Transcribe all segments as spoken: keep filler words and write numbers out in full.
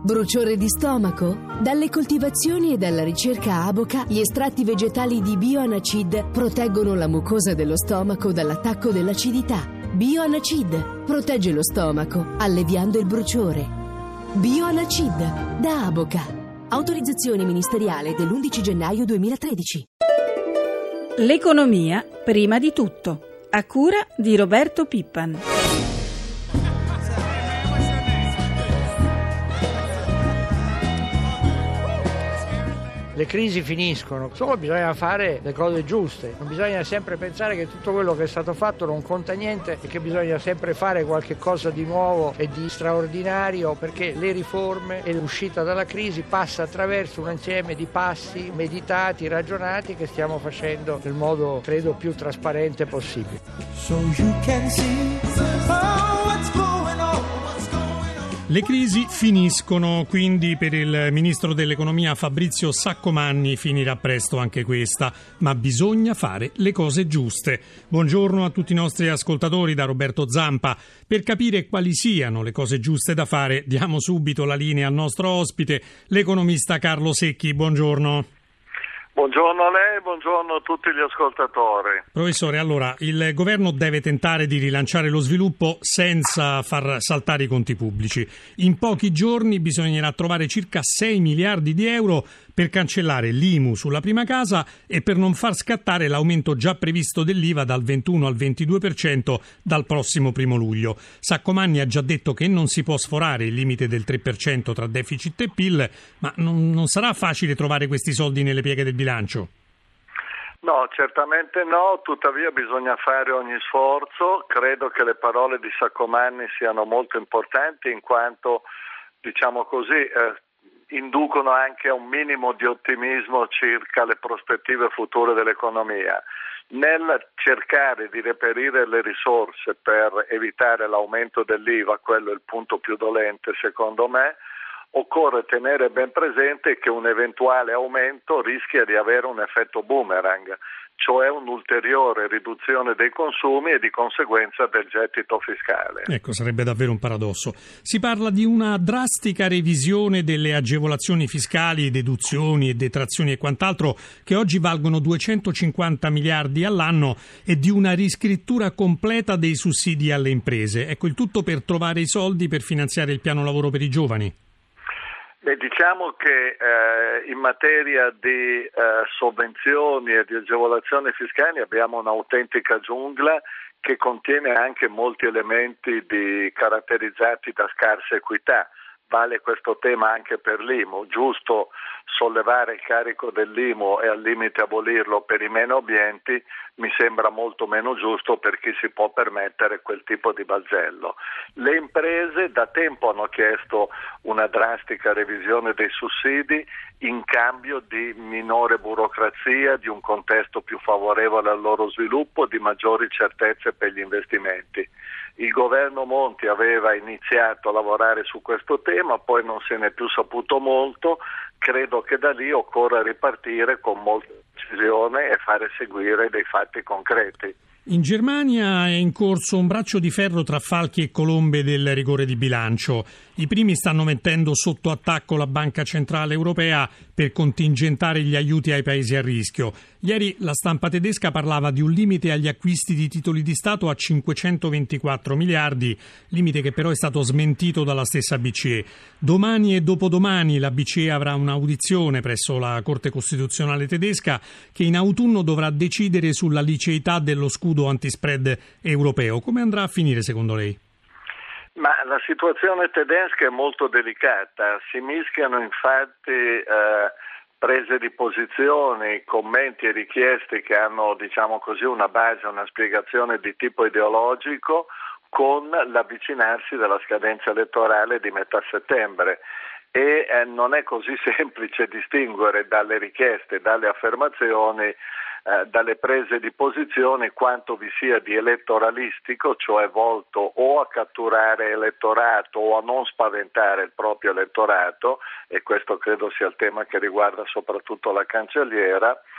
Bruciore di stomaco? Dalle coltivazioni e dalla ricerca Aboca, gli estratti vegetali di Bioanacid proteggono la mucosa dello stomaco dall'attacco dell'acidità. Bioanacid protegge lo stomaco, alleviando il bruciore. Bioanacid da Aboca. Autorizzazione ministeriale dell'undici gennaio duemilatredici. L'economia prima di tutto, a cura di Roberto Pippan. Le crisi finiscono, solo bisogna fare le cose giuste, non bisogna sempre pensare che tutto quello che è stato fatto non conta niente e che bisogna sempre fare qualche cosa di nuovo e di straordinario, perché le riforme e l'uscita dalla crisi passa attraverso un insieme di passi meditati, ragionati, che stiamo facendo nel modo, credo, più trasparente possibile. So you can see, oh, what's going on. Le crisi finiscono, quindi per il ministro dell'economia Fabrizio Saccomanni finirà presto anche questa, ma bisogna fare le cose giuste. Buongiorno a tutti i nostri ascoltatori da Roberto Zampa. Per capire quali siano le cose giuste da fare, diamo subito la linea al nostro ospite, l'economista Carlo Secchi. Buongiorno. Buongiorno a lei, buongiorno a tutti gli ascoltatori. Professore, allora, il governo deve tentare di rilanciare lo sviluppo senza far saltare i conti pubblici. In pochi giorni bisognerà trovare circa sei miliardi di euro per cancellare l'I M U sulla prima casa e per non far scattare l'aumento già previsto dell'I V A dal ventuno al ventidue per cento dal prossimo primo luglio. Saccomanni ha già detto che non si può sforare il limite del tre per cento tra deficit e P I L, ma non, non sarà facile trovare questi soldi nelle pieghe del bilancio? No, certamente no, tuttavia bisogna fare ogni sforzo. Credo che le parole di Saccomanni siano molto importanti in quanto, diciamo così, eh, inducono anche a un minimo di ottimismo circa le prospettive future dell'economia. Nel cercare di reperire le risorse per evitare l'aumento dell'I V A, quello è il punto più dolente secondo me, occorre tenere ben presente che un eventuale aumento rischia di avere un effetto boomerang, cioè un'ulteriore riduzione dei consumi e di conseguenza del gettito fiscale. Ecco, sarebbe davvero un paradosso. Si parla di una drastica revisione delle agevolazioni fiscali, deduzioni e detrazioni e quant'altro che oggi valgono duecentocinquanta miliardi all'anno e di una riscrittura completa dei sussidi alle imprese. Ecco, il tutto per trovare i soldi per finanziare il piano lavoro per i giovani. Beh, diciamo che eh, in materia di eh, sovvenzioni e di agevolazioni fiscali abbiamo un'autentica giungla che contiene anche molti elementi di, caratterizzati da scarsa equità. Vale questo tema anche per l'I M U, giusto sollevare il carico dell'I M U e al limite abolirlo per i meno abbienti mi sembra molto meno giusto per chi si può permettere quel tipo di balzello. Le imprese da tempo hanno chiesto una drastica revisione dei sussidi in cambio di minore burocrazia, di un contesto più favorevole al loro sviluppo, di maggiori certezze per gli investimenti. Il governo Monti aveva iniziato a lavorare su questo tema, poi non se ne è più saputo molto. Credo che da lì occorra ripartire con molta decisione e fare seguire dei fatti concreti. In Germania è in corso un braccio di ferro tra falchi e colombe del rigore di bilancio. I primi stanno mettendo sotto attacco la Banca Centrale Europea per contingentare gli aiuti ai paesi a rischio. Ieri la stampa tedesca parlava di un limite agli acquisti di titoli di Stato a cinquecentoventiquattro miliardi, limite che però è stato smentito dalla stessa B C E. Domani e dopodomani la B C E avrà un'audizione presso la Corte Costituzionale tedesca che in autunno dovrà decidere sulla liceità dello scudo antispread europeo. Come andrà a finire secondo lei? Ma la situazione tedesca è molto delicata, si mischiano infatti eh, prese di posizione, commenti e richieste che hanno, diciamo così, una base, una spiegazione di tipo ideologico con l'avvicinarsi della scadenza elettorale di metà settembre. E eh, non è così semplice distinguere dalle richieste, dalle affermazioni, eh, dalle prese di posizione quanto vi sia di elettoralistico, cioè volto o a catturare elettorato o a non spaventare il proprio elettorato, e questo credo sia il tema che riguarda soprattutto la cancelliera,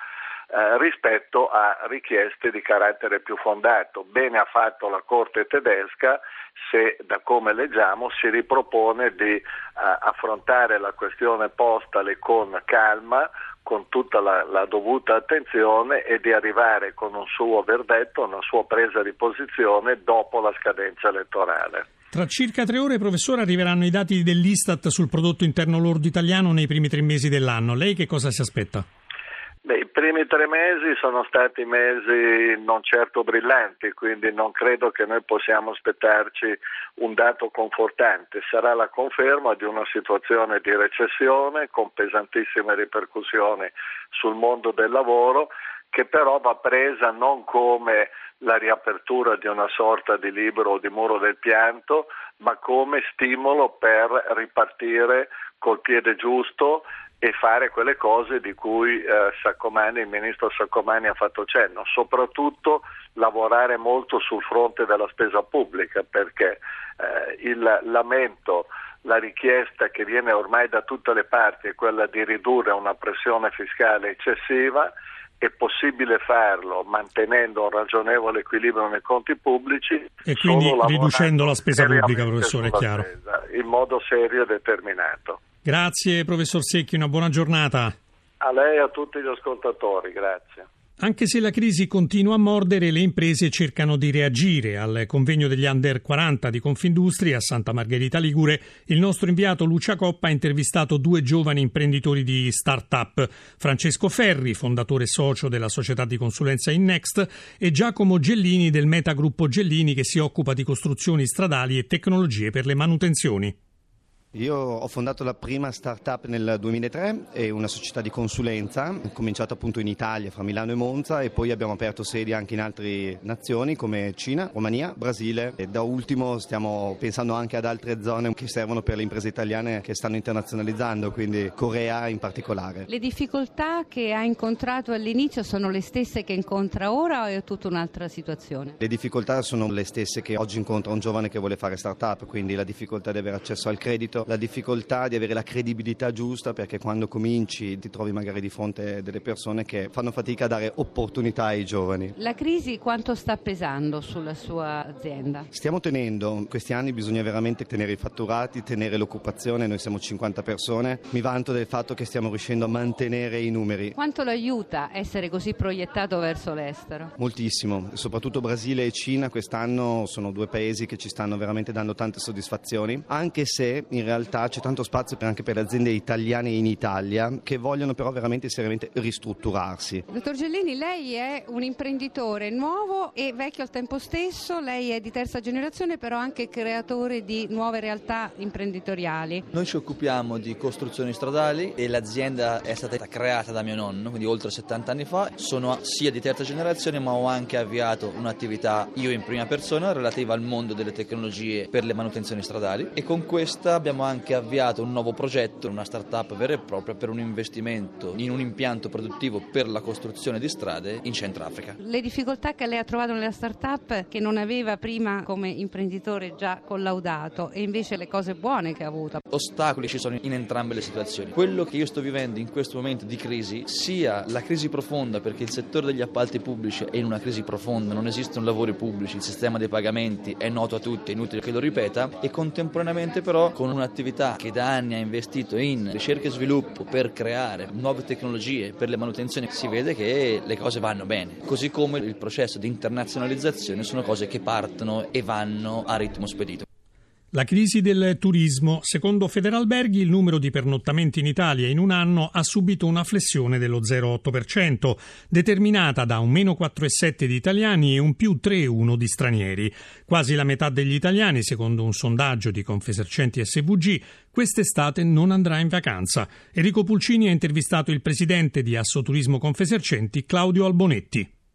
eh, rispetto a richieste di carattere più fondato. Bene ha fatto la Corte tedesca se, da come leggiamo, si ripropone di eh, affrontare la questione postale con calma, con tutta la, la dovuta attenzione e di arrivare con un suo verdetto, una sua presa di posizione dopo la scadenza elettorale. Tra circa tre ore, professore, arriveranno i dati dell'Istat sul prodotto interno lordo italiano nei primi tre mesi dell'anno. Lei che cosa si aspetta? Beh, i primi tre mesi sono stati mesi non certo brillanti, quindi non credo che noi possiamo aspettarci un dato confortante. Sarà la conferma di una situazione di recessione con pesantissime ripercussioni sul mondo del lavoro, che però va presa non come la riapertura di una sorta di libro o di muro del pianto, ma come stimolo per ripartire col piede giusto e fare quelle cose di cui eh, Saccomanni, il ministro Saccomanni ha fatto cenno, soprattutto lavorare molto sul fronte della spesa pubblica, perché eh, il lamento, la richiesta che viene ormai da tutte le parti è quella di ridurre una pressione fiscale eccessiva. È possibile farlo mantenendo un ragionevole equilibrio nei conti pubblici e quindi riducendo la spesa pubblica, professore, è chiaro. Spesa, in modo serio e determinato. Grazie professor Secchi, una buona giornata. A lei e a tutti gli ascoltatori, grazie. Anche se la crisi continua a mordere, le imprese cercano di reagire. Al convegno degli Under quaranta di Confindustria a Santa Margherita Ligure, il nostro inviato Lucia Coppa ha intervistato due giovani imprenditori di start-up, Francesco Ferri, fondatore socio della società di consulenza Innext, e Giacomo Gellini del Metagruppo Gellini, che si occupa di costruzioni stradali e tecnologie per le manutenzioni. Io ho fondato la prima startup nel duemilatré, è una società di consulenza, ho cominciato appunto in Italia, fra Milano e Monza, e poi abbiamo aperto sedi anche in altre nazioni come Cina, Romania, Brasile, e da ultimo stiamo pensando anche ad altre zone che servono per le imprese italiane che stanno internazionalizzando, quindi Corea in particolare. Le difficoltà che ha incontrato all'inizio sono le stesse che incontra ora o è tutta un'altra situazione? Le difficoltà sono le stesse che oggi incontra un giovane che vuole fare startup, quindi la difficoltà di avere accesso al credito, la difficoltà di avere la credibilità giusta, perché quando cominci ti trovi magari di fronte delle persone che fanno fatica a dare opportunità ai giovani. La crisi quanto sta pesando sulla sua azienda? Stiamo tenendo, questi anni bisogna veramente tenere i fatturati, tenere l'occupazione, noi siamo cinquanta persone, mi vanto del fatto che stiamo riuscendo a mantenere i numeri. Quanto lo aiuta essere così proiettato verso l'estero? Moltissimo, soprattutto Brasile e Cina quest'anno sono due paesi che ci stanno veramente dando tante soddisfazioni, anche se in realtà c'è tanto spazio anche per le aziende italiane in Italia che vogliono però veramente seriamente ristrutturarsi. Dottor Gellini, lei è un imprenditore nuovo e vecchio al tempo stesso, lei è di terza generazione però anche creatore di nuove realtà imprenditoriali. Noi ci occupiamo di costruzioni stradali e l'azienda è stata creata da mio nonno, quindi oltre settanta anni fa. Sono sia di terza generazione, ma ho anche avviato un'attività io in prima persona relativa al mondo delle tecnologie per le manutenzioni stradali, e con questa abbiamo anche avviato un nuovo progetto, una startup vera e propria per un investimento in un impianto produttivo per la costruzione di strade in Centro Africa. Le difficoltà che lei ha trovato nella startup, che non aveva prima come imprenditore già collaudato, e invece le cose buone che ha avuto. Ostacoli ci sono in entrambe le situazioni. Quello che io sto vivendo in questo momento di crisi, sia la crisi profonda, perché il settore degli appalti pubblici è in una crisi profonda, non esistono lavori pubblici, il sistema dei pagamenti è noto a tutti, è inutile che lo ripeta, e contemporaneamente però con un'attività che da anni ha investito in ricerca e sviluppo per creare nuove tecnologie per le manutenzioni, si vede che le cose vanno bene, così come il processo di internazionalizzazione sono cose che partono e vanno a ritmo spedito. La crisi del turismo. Secondo Federalberghi il numero di pernottamenti in Italia in un anno ha subito una flessione dello zero virgola otto per cento, determinata da un meno quattro virgola sette di italiani e un più tre virgola uno di stranieri. Quasi la metà degli italiani, secondo un sondaggio di Confesercenti S V G, quest'estate non andrà in vacanza. Enrico Pulcini ha intervistato il presidente di Assoturismo Confesercenti, Claudio Albonetti. I dati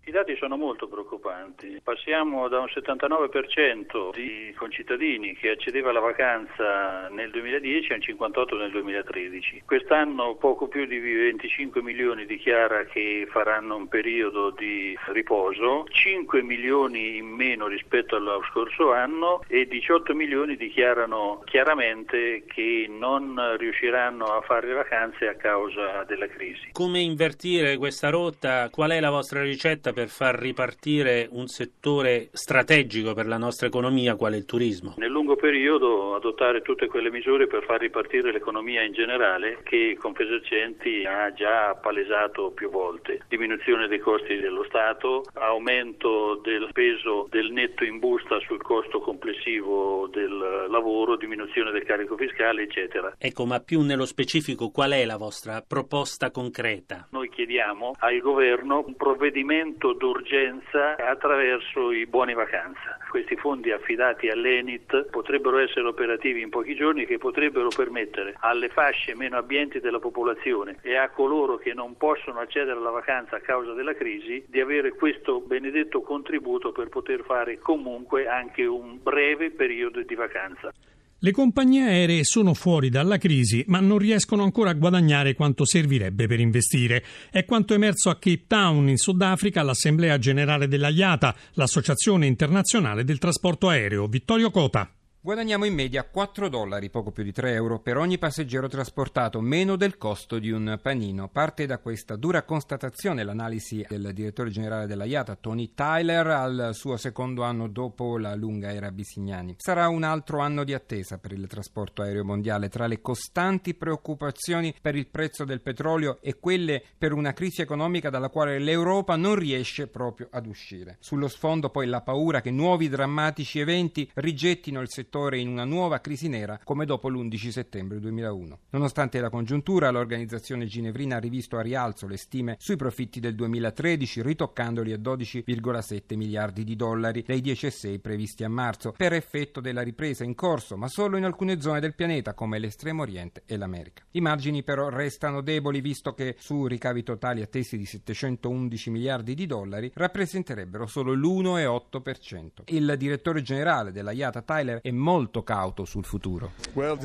sono molto preoccupanti. Passiamo da un settantanove per cento di concittadini che accedeva alla vacanza nel duemiladieci a un cinquantotto nel duemilatredici. Quest'anno poco più di venticinque milioni dichiara che faranno un periodo di riposo, cinque milioni in meno rispetto allo scorso anno e diciotto milioni dichiarano chiaramente che non riusciranno a fare vacanze a causa della crisi. Come invertire questa rotta? Qual è la vostra ricetta per far ripartire un settore strategico per la nostra economia, quale il turismo? Nel lungo periodo adottare tutte quelle misure per far ripartire l'economia in generale che Confesercenti ha già palesato più volte. Diminuzione dei costi dello Stato, aumento del peso del netto in busta sul costo complessivo del lavoro, diminuzione del carico fiscale, eccetera. Ecco, ma più nello specifico qual è la vostra proposta concreta? Noi chiediamo al governo un provvedimento d'urgenza attraverso i buoni vacanza. Questi fondi affidati all'Enit potrebbero essere operativi in pochi giorni, che potrebbero permettere alle fasce meno abbienti della popolazione e a coloro che non possono accedere alla vacanza a causa della crisi di avere questo benedetto contributo per poter fare comunque anche un breve periodo di vacanza. Le compagnie aeree sono fuori dalla crisi, ma non riescono ancora a guadagnare quanto servirebbe per investire. È quanto emerso a Cape Town, in Sudafrica, all'Assemblea Generale della I A T A, l'Associazione Internazionale del Trasporto Aereo. Vittorio Cota. Guadagniamo in media quattro dollari, poco più di tre euro, per ogni passeggero trasportato, meno del costo di un panino. Parte da questa dura constatazione l'analisi del direttore generale della I A T A, Tony Tyler, al suo secondo anno dopo la lunga era Bisignani. Sarà un altro anno di attesa per il trasporto aereo mondiale, tra le costanti preoccupazioni per il prezzo del petrolio e quelle per una crisi economica dalla quale l'Europa non riesce proprio ad uscire. Sullo sfondo poi la paura che nuovi drammatici eventi rigettino il settore in una nuova crisi nera come dopo l'undici settembre duemilauno. Nonostante la congiuntura, l'organizzazione ginevrina ha rivisto a rialzo le stime sui profitti del duemilatredici, ritoccandoli a dodici virgola sette miliardi di dollari dai dieci virgola sei previsti a marzo, per effetto della ripresa in corso, ma solo in alcune zone del pianeta come l'Estremo Oriente e l'America. I margini però restano deboli, visto che su ricavi totali attesi di settecentoundici miliardi di dollari rappresenterebbero solo l'uno virgola otto per cento. Il direttore generale della I A T A, Tyler, è molto cauto sul futuro.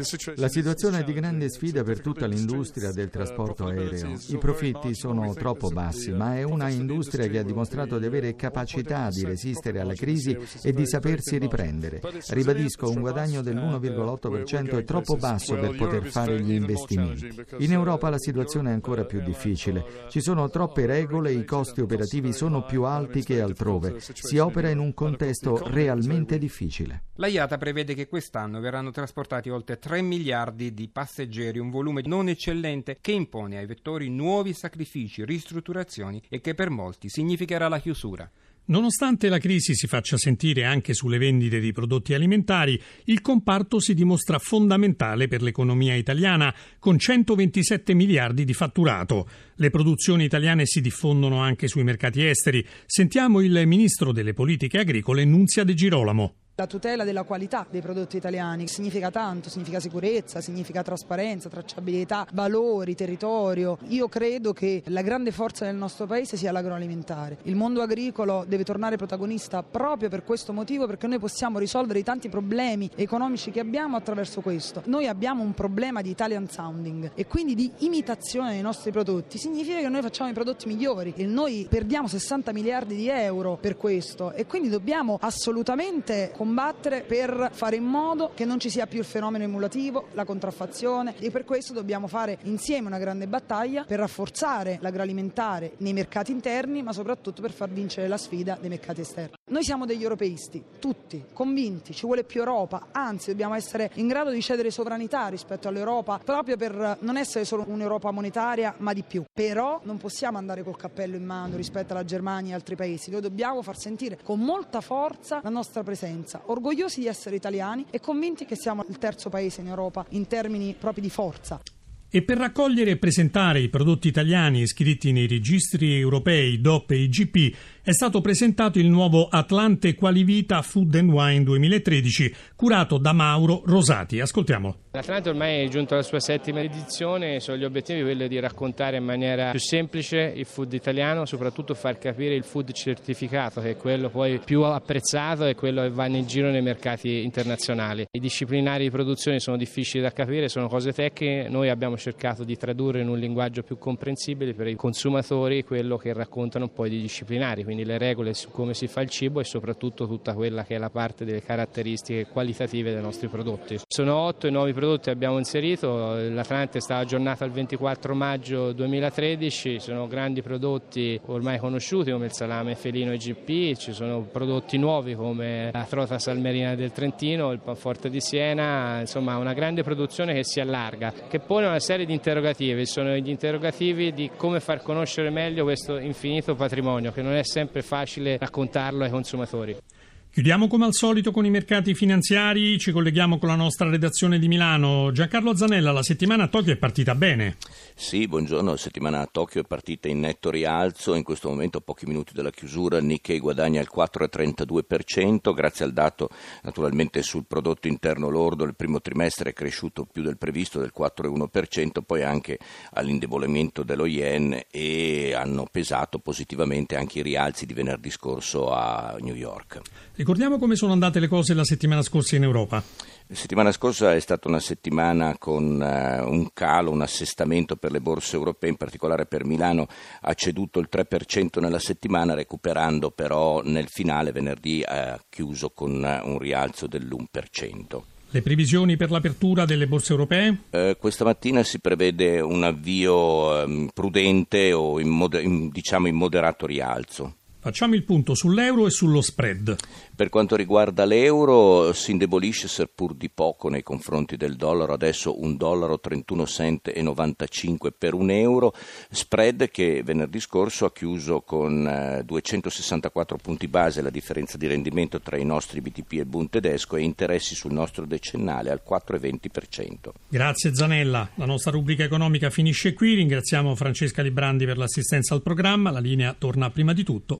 La situazione è di grande sfida per tutta l'industria del trasporto aereo. I profitti sono troppo bassi, ma è una industria che ha dimostrato di avere capacità di resistere alla crisi e di sapersi riprendere. Ribadisco, un guadagno dell'uno virgola otto per cento è troppo basso per poter fare gli investimenti. In Europa la situazione è ancora più difficile. Ci sono troppe regole, i costi operativi sono più alti che altrove. Si opera in un contesto realmente difficile. La I A T A prevede che quest'anno verranno trasportati oltre tre miliardi di passeggeri, un volume non eccellente che impone ai vettori nuovi sacrifici, ristrutturazioni e che per molti significherà la chiusura. Nonostante la crisi si faccia sentire anche sulle vendite di prodotti alimentari, il comparto si dimostra fondamentale per l'economia italiana, con centoventisette miliardi di fatturato. Le produzioni italiane si diffondono anche sui mercati esteri. Sentiamo il ministro delle politiche agricole, Nunzia De Girolamo. La tutela della qualità dei prodotti italiani significa tanto, significa sicurezza, significa trasparenza, tracciabilità, valori, territorio. Io credo che la grande forza del nostro paese sia l'agroalimentare. Il mondo agricolo deve tornare protagonista proprio per questo motivo, perché noi possiamo risolvere i tanti problemi economici che abbiamo attraverso questo. Noi abbiamo un problema di Italian sounding e quindi di imitazione dei nostri prodotti. Significa che noi facciamo i prodotti migliori e noi perdiamo sessanta miliardi di euro per questo e quindi dobbiamo assolutamente combattere per fare in modo che non ci sia più il fenomeno emulativo, la contraffazione, e per questo dobbiamo fare insieme una grande battaglia per rafforzare l'agroalimentare nei mercati interni, ma soprattutto per far vincere la sfida dei mercati esterni. Noi siamo degli europeisti, tutti, convinti, ci vuole più Europa, anzi dobbiamo essere in grado di cedere sovranità rispetto all'Europa, proprio per non essere solo un'Europa monetaria, ma di più. Però non possiamo andare col cappello in mano rispetto alla Germania e altri paesi, noi dobbiamo far sentire con molta forza la nostra presenza, orgogliosi di essere italiani e convinti che siamo il terzo paese in Europa in termini proprio di forza. E per raccogliere e presentare i prodotti italiani iscritti nei registri europei D O P e I G P è stato presentato il nuovo Atlante Qualivita Food and Wine duemilatredici, curato da Mauro Rosati. Ascoltiamolo. L'Atlante ormai è giunto alla sua settima edizione, sono gli obiettivi quelli di raccontare in maniera più semplice il food italiano, soprattutto far capire il food certificato, che è quello poi più apprezzato e quello che va nel giro nei mercati internazionali. I disciplinari di produzione sono difficili da capire, sono cose tecniche, noi abbiamo cercato di tradurre in un linguaggio più comprensibile per i consumatori quello che raccontano poi i disciplinari, quindi le regole su come si fa il cibo e soprattutto tutta quella che è la parte delle caratteristiche qualitative dei nostri prodotti. Sono otto i nuovi prodotti che abbiamo inserito, l'Atlante è stata aggiornata il ventiquattro maggio duemilatredici, sono grandi prodotti ormai conosciuti come il salame felino I G P, ci sono prodotti nuovi come la trota salmerina del Trentino, il panforte di Siena, insomma una grande produzione che si allarga, che pone una serie di interrogativi, sono gli interrogativi di come far conoscere meglio questo infinito patrimonio che non è sempre facile raccontarlo ai consumatori. Chiudiamo come al solito con i mercati finanziari, ci colleghiamo con la nostra redazione di Milano. Giancarlo Zanella, la settimana a Tokyo è partita bene. Sì, buongiorno, la settimana a Tokyo è partita in netto rialzo, in questo momento a pochi minuti dalla chiusura il Nikkei guadagna il quattro virgola trentadue per cento, grazie al dato naturalmente sul prodotto interno lordo, il primo trimestre è cresciuto più del previsto del quattro virgola uno per cento, poi anche all'indebolimento dello yen e hanno pesato positivamente anche i rialzi di venerdì scorso a New York. Ricordiamo come sono andate le cose la settimana scorsa in Europa. La settimana scorsa è stata una settimana con uh, un calo, un assestamento per le borse europee, in particolare per Milano ha ceduto il tre per cento nella settimana, recuperando però nel finale venerdì ha chiuso con uh, un rialzo dell'uno per cento. Le previsioni per l'apertura delle borse europee? Eh, questa mattina si prevede un avvio um, prudente o in moder- in, diciamo in moderato rialzo. Facciamo il punto sull'euro e sullo spread. Per quanto riguarda l'euro si indebolisce seppur di poco nei confronti del dollaro, adesso un dollaro trentuno cent e novantacinque per un euro, spread che venerdì scorso ha chiuso con eh, duecentosessantaquattro punti base, la differenza di rendimento tra i nostri B T P e il Bund tedesco, e interessi sul nostro decennale al quattro virgola venti per cento. Grazie Zanella, la nostra rubrica economica finisce qui, ringraziamo Francesca Librandi per l'assistenza al programma, la linea torna prima di tutto